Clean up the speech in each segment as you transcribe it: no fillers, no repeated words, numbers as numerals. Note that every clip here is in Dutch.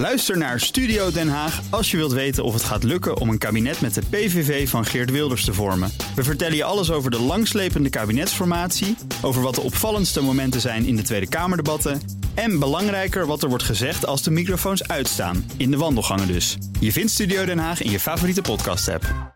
Luister naar Studio Den Haag als je wilt weten of het gaat lukken om een kabinet met de PVV van Geert Wilders te vormen. We vertellen je alles over de langslepende kabinetsformatie, over wat de opvallendste momenten zijn in de Tweede Kamerdebatten en belangrijker wat er wordt gezegd als de microfoons uitstaan, in de wandelgangen dus. Je vindt Studio Den Haag in je favoriete podcast-app.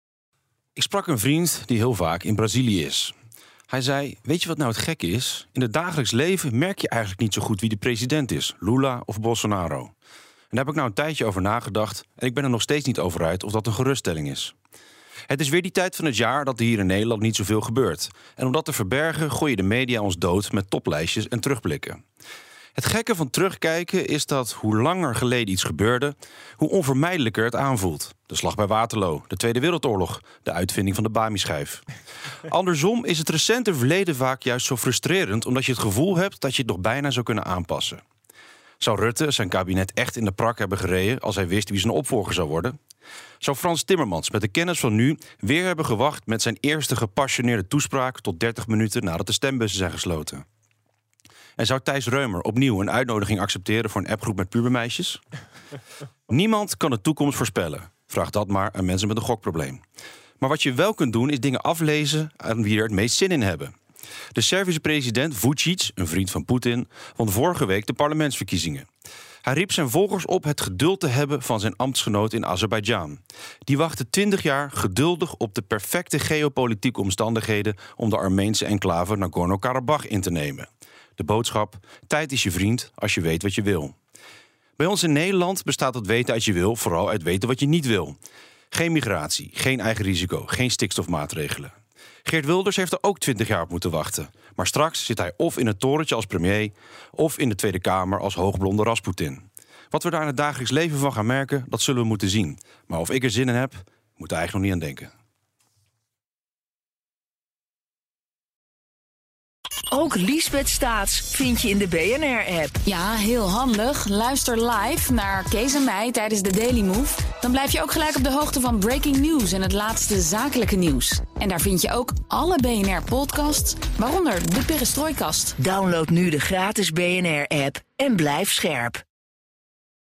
Ik sprak een vriend die heel vaak in Brazilië is. Hij zei, weet je wat nou het gekke is? In het dagelijks leven merk je eigenlijk niet zo goed wie de president is. Lula of Bolsonaro. En daar heb ik nou een tijdje over nagedacht en ik ben er nog steeds niet over uit of dat een geruststelling is. Het is weer die tijd van het jaar dat er hier in Nederland niet zoveel gebeurt. En om dat te verbergen gooien de media ons dood met toplijstjes en terugblikken. Het gekke van terugkijken is dat hoe langer geleden iets gebeurde, hoe onvermijdelijker het aanvoelt. De slag bij Waterloo, de Tweede Wereldoorlog, de uitvinding van de Bami-schijf. Andersom is het recente verleden vaak juist zo frustrerend, omdat je het gevoel hebt dat je het nog bijna zou kunnen aanpassen. Zou Rutte zijn kabinet echt in de prak hebben gereden als hij wist wie zijn opvolger zou worden? Zou Frans Timmermans met de kennis van nu weer hebben gewacht met zijn eerste gepassioneerde toespraak tot 30 minuten nadat de stembussen zijn gesloten? En zou Thijs Reumer opnieuw een uitnodiging accepteren voor een appgroep met pubermeisjes? Niemand kan de toekomst voorspellen. Vraag dat maar aan mensen met een gokprobleem. Maar wat je wel kunt doen is dingen aflezen aan wie er het meest zin in hebben. De Servische president Vučić, een vriend van Poetin, won vorige week de parlementsverkiezingen. Hij riep zijn volgers op het geduld te hebben van zijn ambtsgenoot in Azerbeidzjan. Die wachtte 20 jaar geduldig op de perfecte geopolitieke omstandigheden om de Armeense enclave Nagorno-Karabakh in te nemen. De boodschap, tijd is je vriend als je weet wat je wil. Bij ons in Nederland bestaat het weten uit je wil vooral uit weten wat je niet wil. Geen migratie, geen eigen risico, geen stikstofmaatregelen. Geert Wilders heeft er ook 20 jaar op moeten wachten. Maar straks zit hij of in het torentje als premier of in de Tweede Kamer als hoogblonde Rasputin. Wat we daar in het dagelijks leven van gaan merken, dat zullen we moeten zien. Maar of ik er zin in heb, moet er eigenlijk nog niet aan denken. Ook Liesbeth Staats vind je in de BNR-app. Ja, heel handig. Luister live naar Kees en mij tijdens de Daily Move. Dan blijf je ook gelijk op de hoogte van breaking news en het laatste zakelijke nieuws. En daar vind je ook alle BNR-podcasts, waaronder de Perestrooikast. Download nu de gratis BNR-app en blijf scherp.